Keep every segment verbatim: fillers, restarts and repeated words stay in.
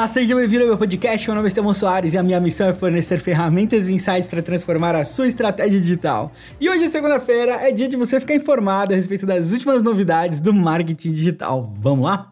Olá, seja bem-vindo ao meu podcast. Meu nome é Estevão Soares e a minha missão é fornecer ferramentas e insights para transformar a sua estratégia digital. E hoje é segunda-feira, é dia de você ficar informado a respeito das últimas novidades do marketing digital. Vamos lá?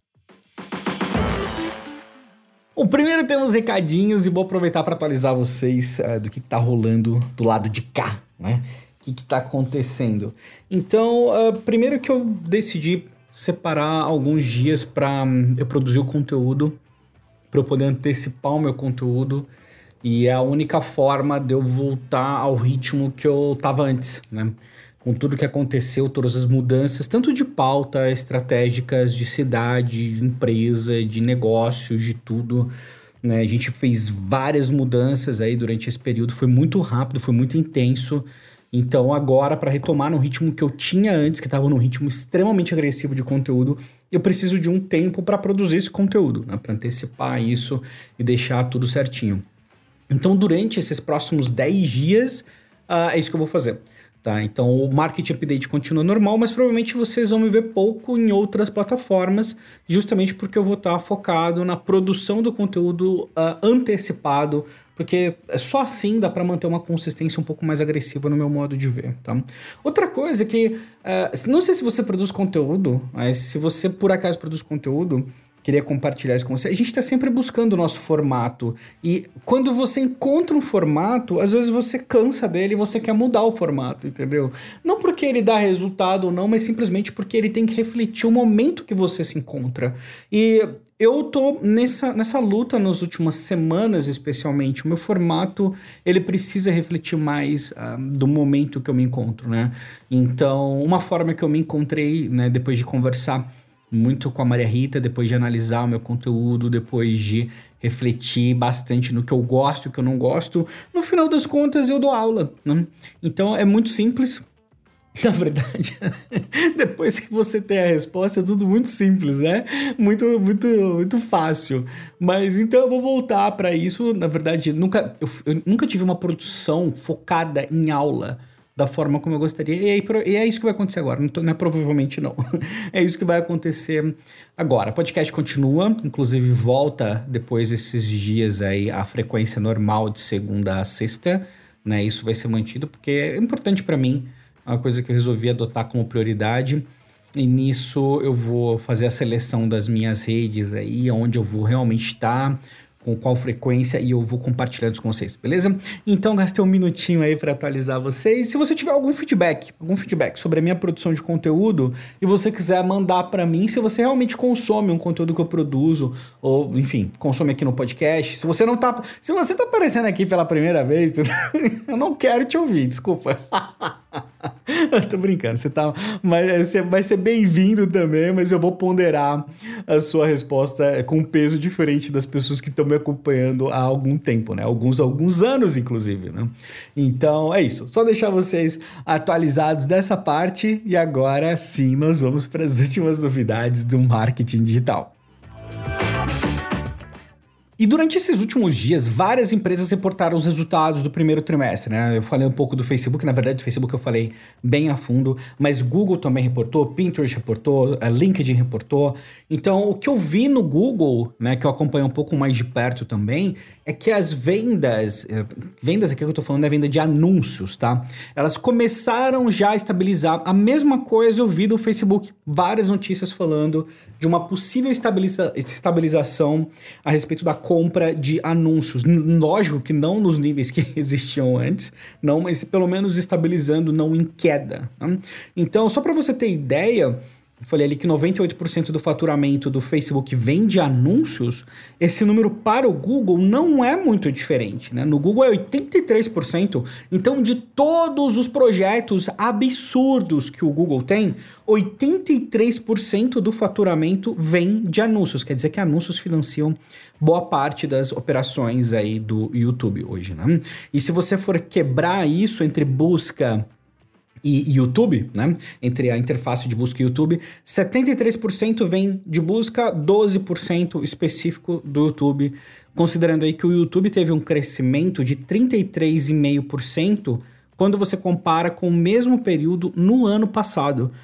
Bom, primeiro temos recadinhos e vou aproveitar para atualizar vocês uh, do que está rolando do lado de cá, né? O que está acontecendo. Então, uh, primeiro que eu decidi separar alguns dias para um, eu produzir o conteúdo, para eu poder antecipar o meu conteúdo, e é a única forma de eu voltar ao ritmo que eu estava antes, né? Com tudo que aconteceu, todas as mudanças, tanto de pauta, estratégicas, de cidade, de empresa, de negócios, de tudo, né? A gente fez várias mudanças aí durante esse período, foi muito rápido, foi muito intenso. Então agora, para retomar no ritmo que eu tinha antes, que estava num ritmo extremamente agressivo de conteúdo, eu preciso de um tempo para produzir esse conteúdo, né? Para antecipar isso e deixar tudo certinho. Então, durante esses próximos dez dias, uh, é isso que eu vou fazer. Tá? Então, o Marketing Update continua normal, mas provavelmente vocês vão me ver pouco em outras plataformas, justamente porque eu vou estar focado na produção do conteúdo uh, antecipado, porque só assim dá para manter uma consistência um pouco mais agressiva no meu modo de ver, tá? Outra coisa é que, uh, não sei se você produz conteúdo, mas se você por acaso produz conteúdo, queria compartilhar isso com você. A gente está sempre buscando o nosso formato. E quando você encontra um formato, às vezes você cansa dele e você quer mudar o formato, entendeu? Não porque ele dá resultado ou não, mas simplesmente porque ele tem que refletir o momento que você se encontra. E eu tô nessa, nessa luta nas últimas semanas, especialmente. O meu formato, ele precisa refletir mais uh, do momento que eu me encontro, né? Então, uma forma que eu me encontrei, né, depois de conversar muito com a Maria Rita, depois de analisar o meu conteúdo, depois de refletir bastante no que eu gosto e o que eu não gosto, no final das contas eu dou aula, né? Então é muito simples. Na verdade, depois que você tem a resposta, é tudo muito simples, né? Muito, muito, muito fácil. Mas então eu vou voltar para isso. Na verdade, nunca, eu, eu nunca tive uma produção focada em aula da forma como eu gostaria, e, aí, e é isso que vai acontecer agora, não, tô, não é provavelmente não, é isso que vai acontecer agora. O podcast continua, inclusive volta depois desses dias aí a frequência normal de segunda a sexta, né, isso vai ser mantido porque é importante para mim, é uma coisa que eu resolvi adotar como prioridade, e nisso eu vou fazer a seleção das minhas redes aí, onde eu vou realmente estar, com qual frequência, e eu vou compartilhando isso com vocês, beleza? Então, gastei um minutinho aí para atualizar vocês. Se você tiver algum feedback, algum feedback sobre a minha produção de conteúdo, e você quiser mandar para mim, se você realmente consome um conteúdo que eu produzo, ou, enfim, consome aqui no podcast, se você não tá... Se você tá aparecendo aqui pela primeira vez, eu não quero te ouvir, desculpa. Eu tô brincando, você tá, mas você vai ser bem-vindo também, mas eu vou ponderar a sua resposta com um peso diferente das pessoas que estão me acompanhando há algum tempo, né? Alguns, alguns anos, inclusive, né? Então, é isso. Só deixar vocês atualizados dessa parte e agora sim nós vamos para as últimas novidades do marketing digital. E durante esses últimos dias, várias empresas reportaram os resultados do primeiro trimestre, né? Eu falei um pouco do Facebook, na verdade do Facebook eu falei bem a fundo, mas Google também reportou, Pinterest reportou, a LinkedIn reportou. Então, o que eu vi no Google, né, que eu acompanho um pouco mais de perto também, é que as vendas, vendas aqui que eu tô falando é venda de anúncios, tá? Elas começaram já a estabilizar. A mesma coisa eu vi do Facebook, várias notícias falando de uma possível estabiliza- estabilização a respeito da compra de anúncios. Lógico que não nos níveis que existiam antes, não, mas pelo menos estabilizando, não em queda, né? Então, só para você ter ideia, eu falei ali que noventa e oito por cento do faturamento do Facebook vem de anúncios. Esse número para o Google não é muito diferente, né? No Google é oitenta e três por cento. Então, de todos os projetos absurdos que o Google tem, oitenta e três por cento do faturamento vem de anúncios. Quer dizer que anúncios financiam boa parte das operações aí do YouTube hoje, né? E se você for quebrar isso entre busca e YouTube, né? Entre a interface de busca e YouTube, setenta e três por cento vem de busca, doze por cento específico do YouTube, considerando aí que o YouTube teve um crescimento de trinta e três vírgula cinco por cento quando você compara com o mesmo período no ano passado.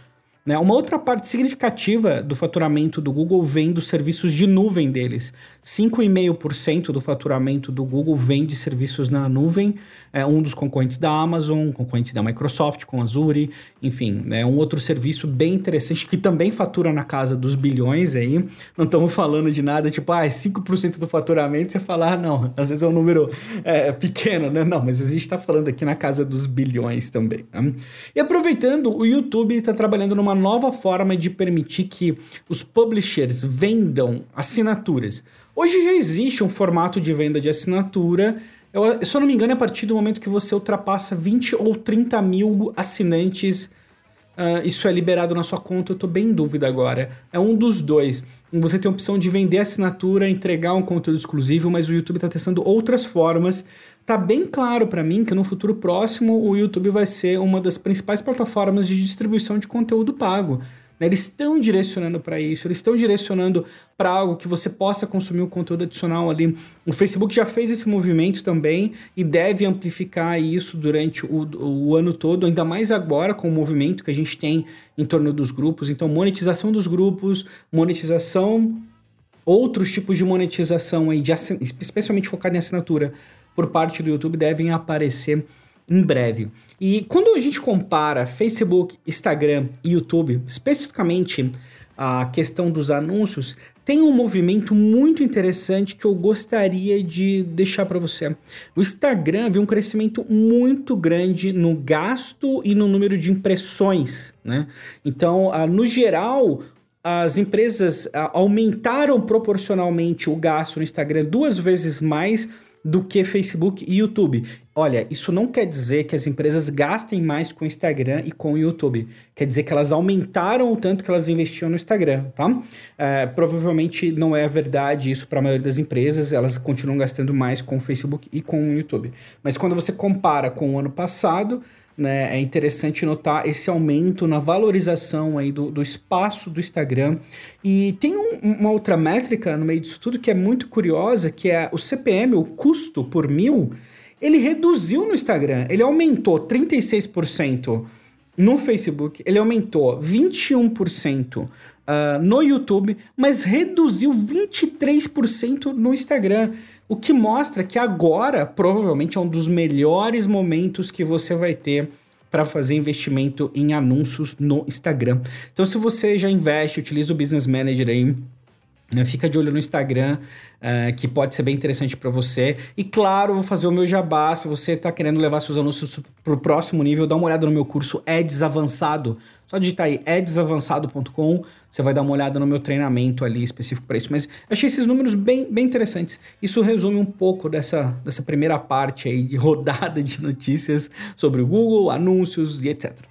né? Uma outra parte significativa do faturamento do Google vem dos serviços de nuvem deles. cinco vírgula cinco por cento do faturamento do Google vem de serviços na nuvem, é um dos concorrentes da Amazon, concorrente da Microsoft com Azure, enfim, é um outro serviço bem interessante que também fatura na casa dos bilhões aí. Não estamos falando de nada tipo, ah, é cinco por cento do faturamento, você fala, ah, não, às vezes é um número é, pequeno, né? Não, mas a gente está falando aqui na casa dos bilhões também. Né? E aproveitando, o YouTube está trabalhando numa nova forma de permitir que os publishers vendam assinaturas. Hoje já existe um formato de venda de assinatura. Eu, se eu não me engano, é a partir do momento que você ultrapassa vinte ou trinta mil assinantes, uh, isso é liberado na sua conta. Eu estou bem em dúvida agora. É um dos dois. Você tem a opção de vender assinatura, entregar um conteúdo exclusivo, mas o YouTube está testando outras formas. Tá bem claro para mim que no futuro próximo o YouTube vai ser uma das principais plataformas de distribuição de conteúdo pago. Eles estão direcionando para isso, eles estão direcionando para algo que você possa consumir um conteúdo adicional ali. O Facebook já fez esse movimento também e deve amplificar isso durante o, o ano todo, ainda mais agora com o movimento que a gente tem em torno dos grupos. Então, monetização dos grupos, monetização, outros tipos de monetização, aí de assin- especialmente focado em assinatura por parte do YouTube, devem aparecer em breve. E quando a gente compara Facebook, Instagram e YouTube, especificamente a questão dos anúncios, tem um movimento muito interessante que eu gostaria de deixar para você. O Instagram viu um crescimento muito grande no gasto e no número de impressões, né? Então, no geral, as empresas aumentaram proporcionalmente o gasto no Instagram duas vezes mais do que Facebook e YouTube. Olha, isso não quer dizer que as empresas gastem mais com o Instagram e com o YouTube. Quer dizer que elas aumentaram o tanto que elas investiam no Instagram, tá? É, provavelmente não é verdade isso para a maioria das empresas, elas continuam gastando mais com o Facebook e com o YouTube. Mas quando você compara com o ano passado, né, é interessante notar esse aumento na valorização aí do, do espaço do Instagram. E tem um, uma outra métrica no meio disso tudo que é muito curiosa, que é o C P M, o custo por mil, ele reduziu no Instagram, ele aumentou trinta e seis por cento no Facebook, ele aumentou vinte e um por cento uh, no YouTube, mas reduziu vinte e três por cento no Instagram. O que mostra que agora, provavelmente, é um dos melhores momentos que você vai ter para fazer investimento em anúncios no Instagram. Então, se você já investe, utiliza o Business Manager aí, né, fica de olho no Instagram, uh, que pode ser bem interessante para você. E claro, vou fazer o meu jabá. Se você está querendo levar seus anúncios para o próximo nível, dá uma olhada no meu curso Ads Avançado. Só digitar aí ads avançado ponto com, você vai dar uma olhada no meu treinamento ali específico para isso. Mas eu achei esses números bem, bem interessantes. Isso resume um pouco dessa, dessa primeira parte aí de rodada de notícias sobre o Google, anúncios e etcétera.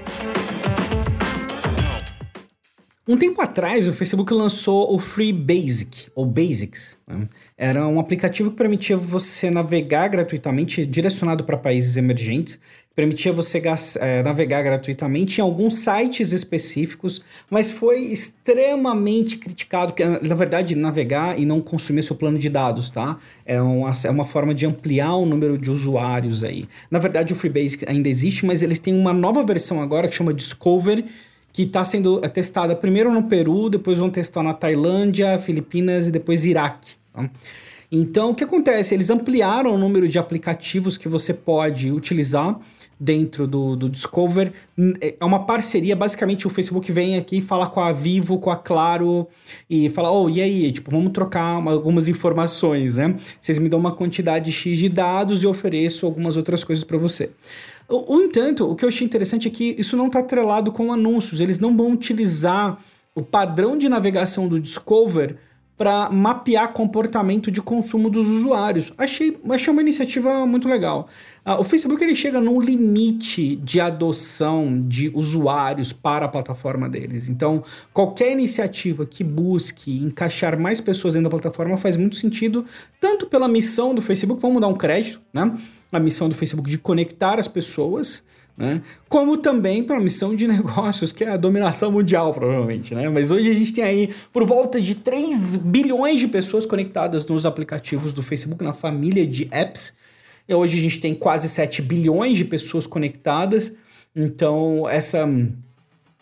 Um tempo atrás, o Facebook lançou o Free Basic, ou Basics. Né? Era um aplicativo que permitia você navegar gratuitamente, direcionado para países emergentes, permitia você é, navegar gratuitamente em alguns sites específicos, mas foi extremamente criticado, porque, na verdade, navegar e não consumir seu plano de dados, tá? É uma, é uma forma de ampliar o número de usuários aí. Na verdade, o Free Basic ainda existe, mas eles têm uma nova versão agora que chama Discover, que está sendo testada primeiro no Peru, depois vão testar na Tailândia, Filipinas e depois Iraque. Tá? Então, o que acontece? Eles ampliaram o número de aplicativos que você pode utilizar dentro do, do Discover. É uma parceria, basicamente o Facebook vem aqui e fala com a Vivo, com a Claro, e fala, oh, e aí? Tipo, vamos trocar uma, algumas informações, né? Vocês me dão uma quantidade X de dados e eu ofereço algumas outras coisas para você. No entanto, o que eu achei interessante é que isso não está atrelado com anúncios. Eles não vão utilizar o padrão de navegação do Discover para mapear comportamento de consumo dos usuários. Achei, achei uma iniciativa muito legal. Uh, o Facebook ele chega num limite de adoção de usuários para a plataforma deles. Então, qualquer iniciativa que busque encaixar mais pessoas dentro da plataforma faz muito sentido, tanto pela missão do Facebook, vamos dar um crédito, né? A missão do Facebook de conectar as pessoas, né? Como também para a missão de negócios, que é a dominação mundial, provavelmente, né? Mas hoje a gente tem aí por volta de três bilhões de pessoas conectadas nos aplicativos do Facebook, na família de apps. E hoje a gente tem quase sete bilhões de pessoas conectadas. Então, essa...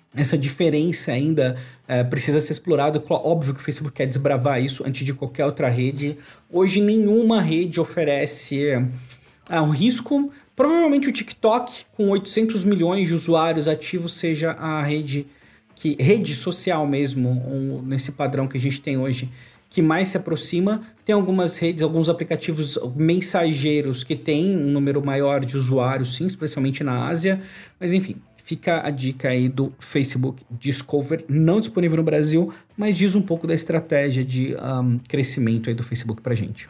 essa diferença ainda é, precisa ser explorada. Óbvio que o Facebook quer desbravar isso antes de qualquer outra rede. Hoje nenhuma rede oferece é, um risco. Provavelmente o TikTok, com oitocentos milhões de usuários ativos, seja a rede, que, rede social mesmo, um, nesse padrão que a gente tem hoje, que mais se aproxima. Tem algumas redes, alguns aplicativos mensageiros que têm um número maior de usuários, sim, especialmente na Ásia. Mas enfim, fica a dica aí do Facebook Discover, não disponível no Brasil, mas diz um pouco da estratégia de um, crescimento aí do Facebook pra gente.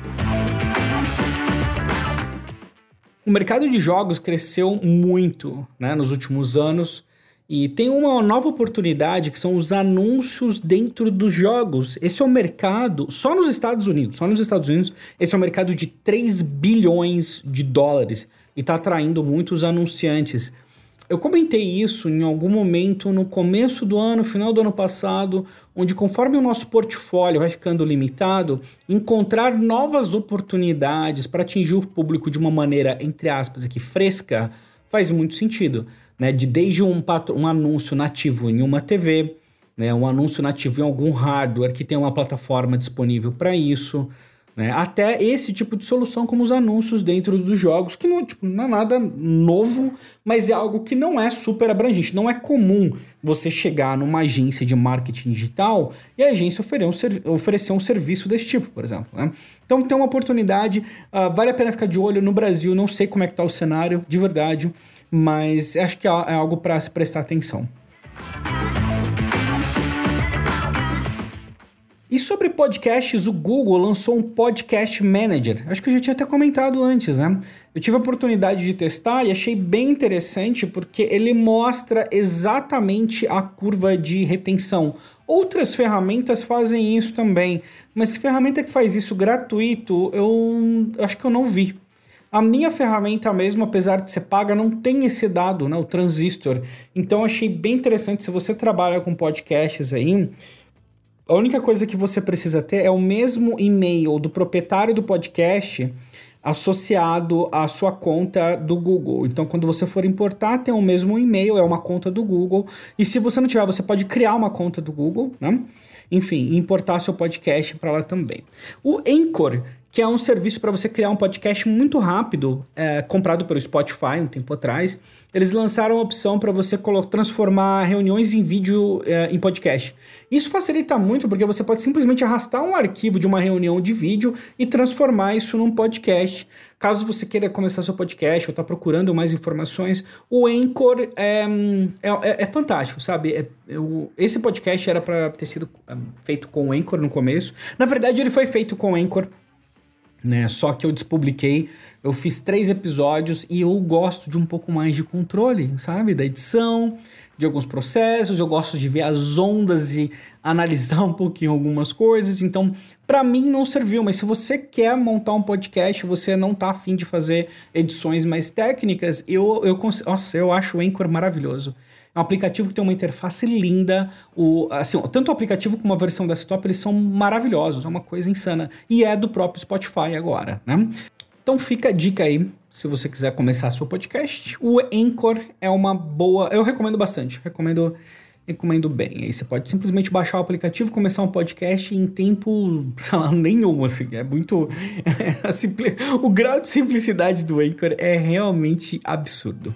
O mercado de jogos cresceu muito, né, nos últimos anos. E tem uma nova oportunidade que são os anúncios dentro dos jogos. Esse é um mercado, só nos Estados Unidos, só nos Estados Unidos, esse é um mercado de três bilhões de dólares e está atraindo muitos anunciantes. Eu comentei isso em algum momento no começo do ano, final do ano passado, onde conforme o nosso portfólio vai ficando limitado, encontrar novas oportunidades para atingir o público de uma maneira, entre aspas, aqui, fresca, faz muito sentido. Né, de desde um, um anúncio nativo em uma T V, né, um anúncio nativo em algum hardware que tem uma plataforma disponível para isso, né, até esse tipo de solução como os anúncios dentro dos jogos, que não, tipo, não é nada novo, mas é algo que não é super abrangente. Não é comum você chegar numa agência de marketing digital e a agência oferecer um, servi- oferecer um serviço desse tipo, por exemplo. Né? Então tem uma oportunidade, uh, vale a pena ficar de olho. No Brasil, não sei como é que está o cenário, de verdade, mas acho que é algo para se prestar atenção. E sobre podcasts, o Google lançou um Podcast Manager. Acho que eu já tinha até comentado antes, né? Eu tive a oportunidade de testar e achei bem interessante porque ele mostra exatamente a curva de retenção. Outras ferramentas fazem isso também, mas ferramenta que faz isso gratuito, eu acho que eu não vi. A minha ferramenta mesmo, apesar de ser paga, não tem esse dado, né? O Transistor. Então, achei bem interessante. Se você trabalha com podcasts aí, a única coisa que você precisa ter é o mesmo e-mail do proprietário do podcast associado à sua conta do Google. Então, quando você for importar, tem o mesmo e-mail, é uma conta do Google. E se você não tiver, você pode criar uma conta do Google, né? Enfim, importar seu podcast para lá também. O Anchor, que é um serviço para você criar um podcast muito rápido, é, comprado pelo Spotify um tempo atrás. Eles lançaram a opção para você transformar reuniões em vídeo é, em podcast. Isso facilita muito porque você pode simplesmente arrastar um arquivo de uma reunião de vídeo e transformar isso num podcast. Caso você queira começar seu podcast ou está procurando mais informações, o Anchor é, é, é fantástico, sabe? É, eu, esse podcast era para ter sido feito com o Anchor no começo. Na verdade, ele foi feito com o Anchor, né? Só que eu despubliquei, eu fiz três episódios e eu gosto de um pouco mais de controle, sabe? Da edição, de alguns processos, eu gosto de ver as ondas e analisar um pouquinho algumas coisas. Então, para mim não serviu, mas se você quer montar um podcast, você não tá afim de fazer edições mais técnicas, eu, eu, nossa, eu acho o Anchor maravilhoso. É um aplicativo que tem uma interface linda, o, assim, tanto o aplicativo como a versão desktop, eles são maravilhosos, é uma coisa insana. E é do próprio Spotify agora, né? Então fica a dica aí, se você quiser começar seu podcast. O Anchor é uma boa, eu recomendo bastante, recomendo, recomendo bem. Aí você pode simplesmente baixar o aplicativo, começar um podcast em tempo, sei lá, nenhum, assim, é muito... o grau de simplicidade do Anchor é realmente absurdo.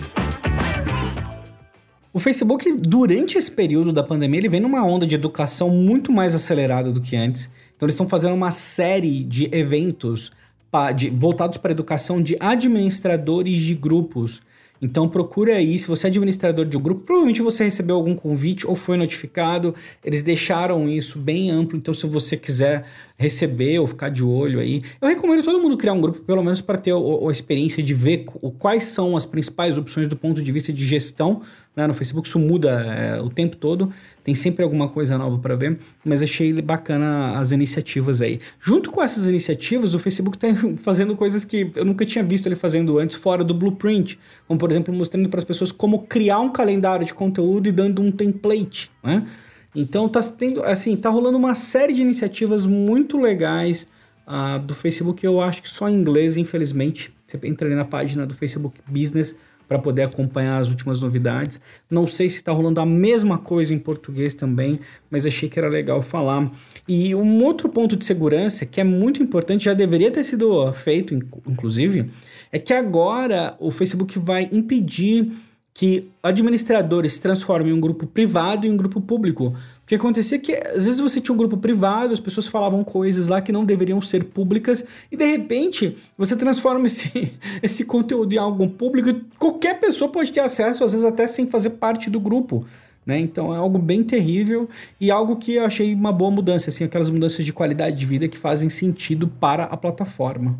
O Facebook, durante esse período da pandemia, ele vem numa onda de educação muito mais acelerada do que antes. Então, eles estão fazendo uma série de eventos pa, de, voltados para a educação de administradores de grupos. Então, procure aí, se você é administrador de um grupo, provavelmente você recebeu algum convite ou foi notificado. Eles deixaram isso bem amplo, então se você quiser receber ou ficar de olho aí, eu recomendo todo mundo criar um grupo, pelo menos para ter a, a experiência de ver o, quais são as principais opções do ponto de vista de gestão, né? No Facebook isso muda é, o tempo todo, tem sempre alguma coisa nova para ver, mas achei bacana as iniciativas aí. Junto com essas iniciativas, o Facebook está fazendo coisas que eu nunca tinha visto ele fazendo antes, fora do Blueprint, como por exemplo, mostrando para as pessoas como criar um calendário de conteúdo e dando um template, né? Então tá, tendo, assim, tá rolando uma série de iniciativas muito legais uh, do Facebook, eu acho que só em inglês, infelizmente. Você entra ali na página do Facebook Business, para poder acompanhar as últimas novidades. Não sei se está rolando a mesma coisa em português também, mas achei que era legal falar. E um outro ponto de segurança que é muito importante, já deveria ter sido feito, inclusive, é que agora o Facebook vai impedir que administradores se transformem em um grupo privado e um grupo público. Porque acontecia que, às vezes, você tinha um grupo privado, as pessoas falavam coisas lá que não deveriam ser públicas, e, de repente, você transforma esse, esse conteúdo em algo público, e qualquer pessoa pode ter acesso, às vezes até sem fazer parte do grupo, né? Então, é algo bem terrível e algo que eu achei uma boa mudança, assim, aquelas mudanças de qualidade de vida que fazem sentido para a plataforma.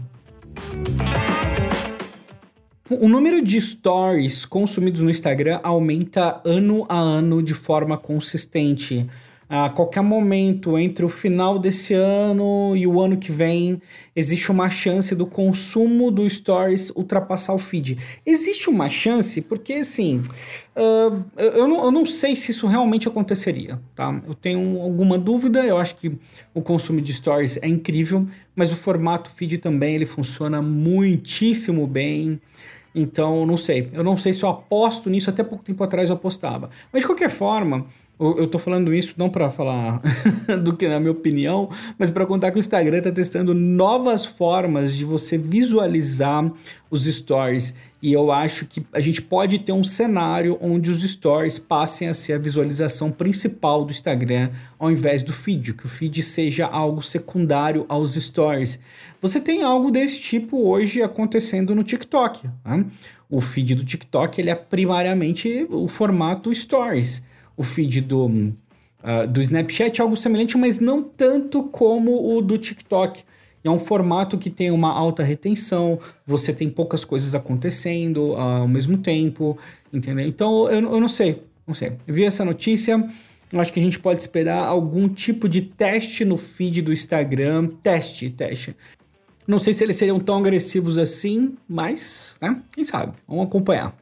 O número de stories consumidos no Instagram aumenta ano a ano de forma consistente. A qualquer momento, entre o final desse ano e o ano que vem, existe uma chance do consumo do Stories ultrapassar o feed. Existe uma chance porque, assim, uh, eu, não, eu não sei se isso realmente aconteceria, tá? Eu tenho alguma dúvida, eu acho que o consumo de Stories é incrível, mas o formato feed também, ele funciona muitíssimo bem. Então, não sei. Eu não sei se eu aposto nisso. Até pouco tempo atrás eu apostava. Mas, de qualquer forma, eu, eu tô falando isso não para falar do que na minha opinião, mas para contar que o Instagram está testando novas formas de você visualizar os stories. E eu acho que a gente pode ter um cenário onde os stories passem a ser a visualização principal do Instagram, ao invés do feed, que o feed seja algo secundário aos stories. Você tem algo desse tipo hoje acontecendo no TikTok, né? O feed do TikTok, ele é primariamente o formato stories. O feed do, uh, do Snapchat é algo semelhante, mas não tanto como o do TikTok. É um formato que tem uma alta retenção, você tem poucas coisas acontecendo uh, ao mesmo tempo, entendeu? Então, eu, eu não sei, não sei. Eu vi essa notícia, eu acho que a gente pode esperar algum tipo de teste no feed do Instagram. Teste, teste. Não sei se eles seriam tão agressivos assim, mas, né? Quem sabe? Vamos acompanhar.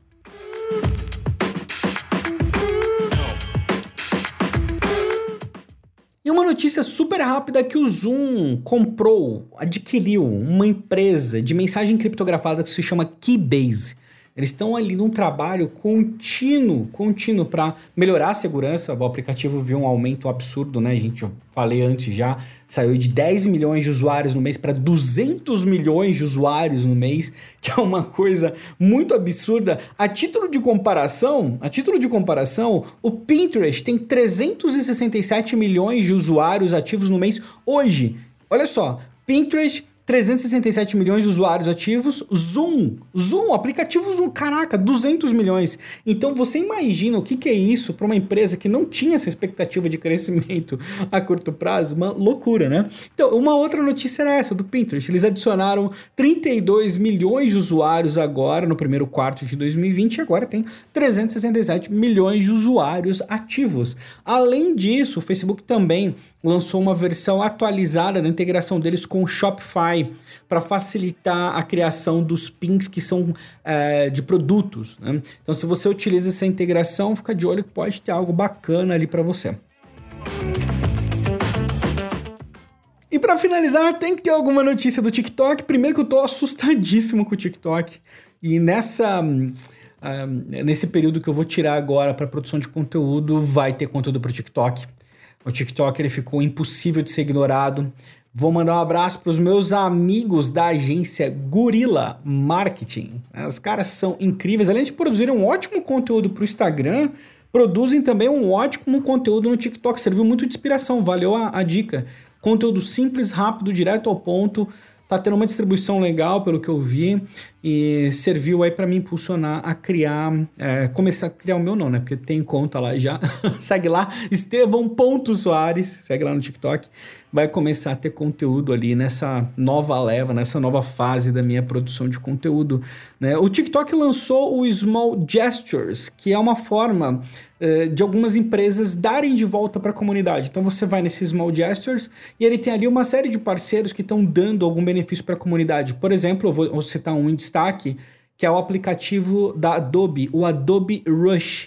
E uma notícia super rápida que o Zoom comprou, adquiriu uma empresa de mensagem criptografada que se chama Keybase. Eles estão ali num trabalho contínuo, contínuo para melhorar a segurança. O aplicativo viu um aumento absurdo, né, gente? Eu falei antes já, saiu de dez milhões de usuários no mês para duzentos milhões de usuários no mês, que é uma coisa muito absurda. A título de comparação, a título de comparação, o Pinterest tem trezentos e sessenta e sete milhões de usuários ativos no mês hoje. Olha só, Pinterest, trezentos e sessenta e sete milhões de usuários ativos, Zoom, Zoom, aplicativo Zoom, caraca, duzentos milhões. Então você imagina o que, que é isso para uma empresa que não tinha essa expectativa de crescimento a curto prazo? Uma loucura, né? Então, uma outra notícia era essa, do Pinterest. Eles adicionaram trinta e dois milhões de usuários agora, no primeiro quarto de dois mil e vinte, e agora tem trezentos e sessenta e sete milhões de usuários ativos. Além disso, o Facebook também lançou uma versão atualizada da integração deles com o Shopify para facilitar a criação dos pins que são é, de produtos, né? Então, se você utiliza essa integração, fica de olho que pode ter algo bacana ali para você. E para finalizar, tem que ter alguma notícia do TikTok. Primeiro que eu tô assustadíssimo com o TikTok. E nessa... Uh, nesse período que eu vou tirar agora para produção de conteúdo, vai ter conteúdo para o TikTok. O TikTok ele ficou impossível de ser ignorado. Vou mandar um abraço para os meus amigos da agência Gorilla Marketing. Os caras são incríveis. Além de produzirem um ótimo conteúdo para o Instagram, produzem também um ótimo conteúdo no TikTok. Serviu muito de inspiração, valeu a, a dica. Conteúdo simples, rápido, direto ao ponto. Tá tendo uma distribuição legal, pelo que eu vi, e serviu aí para me impulsionar a criar, é, começar a criar o meu não, né? Porque tem conta lá já. Segue lá, Estevão ponto Soares, segue lá no TikTok. Vai começar a ter conteúdo ali nessa nova leva, nessa nova fase da minha produção de conteúdo, né? O TikTok lançou o Small Gestures, que é uma forma uh, de algumas empresas darem de volta para a comunidade. Então você vai nesse Small Gestures e ele tem ali uma série de parceiros que estão dando algum benefício para a comunidade. Por exemplo, eu vou, vou citar um em destaque, que é o aplicativo da Adobe, o Adobe Rush.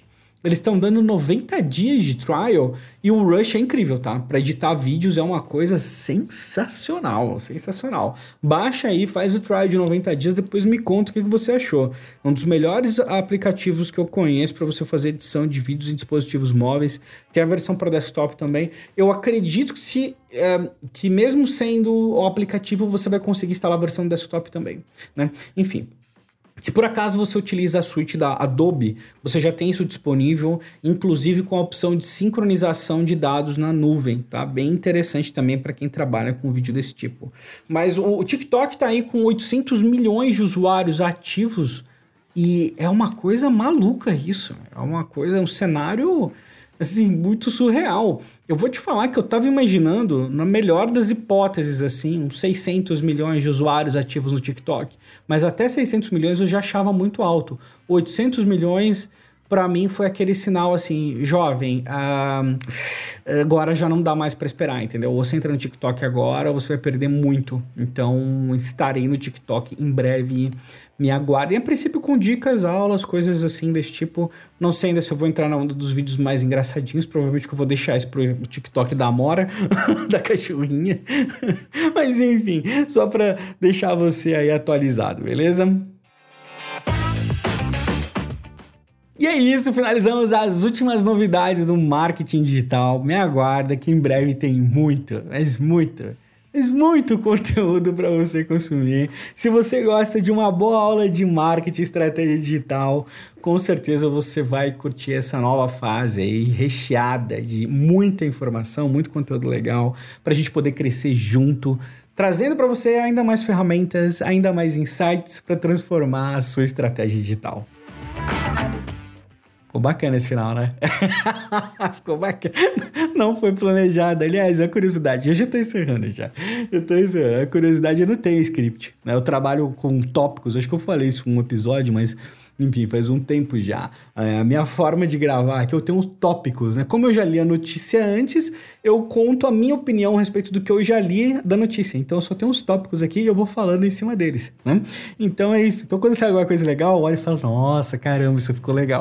eles estão dando noventa dias de trial e o Rush é incrível, tá? Para editar vídeos é uma coisa sensacional, sensacional. Baixa aí, faz o trial de noventa dias, depois me conta o que você achou. É um dos melhores aplicativos que eu conheço para você fazer edição de vídeos em dispositivos móveis. Tem a versão para desktop também. Eu acredito que, se, é, que mesmo sendo o aplicativo, você vai conseguir instalar a versão desktop também, né? Enfim. Se por acaso você utiliza a suíte da Adobe, você já tem isso disponível, inclusive com a opção de sincronização de dados na nuvem, tá? Bem interessante também para quem trabalha com vídeo desse tipo. Mas o, o TikTok tá aí com oitocentos milhões de usuários ativos e é uma coisa maluca isso. É uma coisa, um cenário assim, muito surreal. Eu vou te falar que eu tava imaginando, na melhor das hipóteses, assim, uns seiscentos milhões de usuários ativos no TikTok. Mas até seiscentos milhões eu já achava muito alto. oitocentos milhões, pra mim, foi aquele sinal, assim, jovem, ah, agora já não dá mais pra esperar, entendeu? Ou você entra no TikTok agora, ou você vai perder muito. Então, estarei no TikTok em breve. Me aguardem, a princípio com dicas, aulas, coisas assim desse tipo. Não sei ainda se eu vou entrar na onda dos vídeos mais engraçadinhos. Provavelmente que eu vou deixar isso pro TikTok da Amora, da cachorrinha. Mas enfim, só pra deixar você aí atualizado, beleza? E é isso, finalizamos as últimas novidades do marketing digital. Me aguarda que em breve tem muito, mas muito... Mas muito conteúdo para você consumir. Se você gosta de uma boa aula de marketing e estratégia digital, com certeza você vai curtir essa nova fase aí, recheada de muita informação, muito conteúdo legal, para a gente poder crescer junto, trazendo para você ainda mais ferramentas, ainda mais insights para transformar a sua estratégia digital. Ficou bacana esse final, né? Ficou bacana. Não foi planejado. Aliás, a curiosidade... Eu já tô encerrando já. Eu tô encerrando. A curiosidade, eu não tenho script, né? Eu trabalho com tópicos. Acho que eu falei isso em um episódio, mas... Enfim, faz um tempo já. A minha forma de gravar aqui, eu tenho tópicos, né? Como eu já li a notícia antes, eu conto a minha opinião a respeito do que eu já li da notícia. Então, eu só tenho uns tópicos aqui e eu vou falando em cima deles, né? Então, é isso. Então, quando sai alguma coisa legal, eu olho e falo, nossa, caramba, isso ficou legal.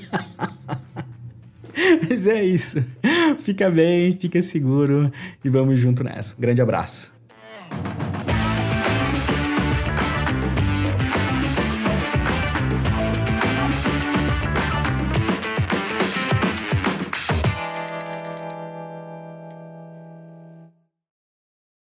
Mas é isso. Fica bem, fica seguro e vamos junto nessa. Um grande abraço.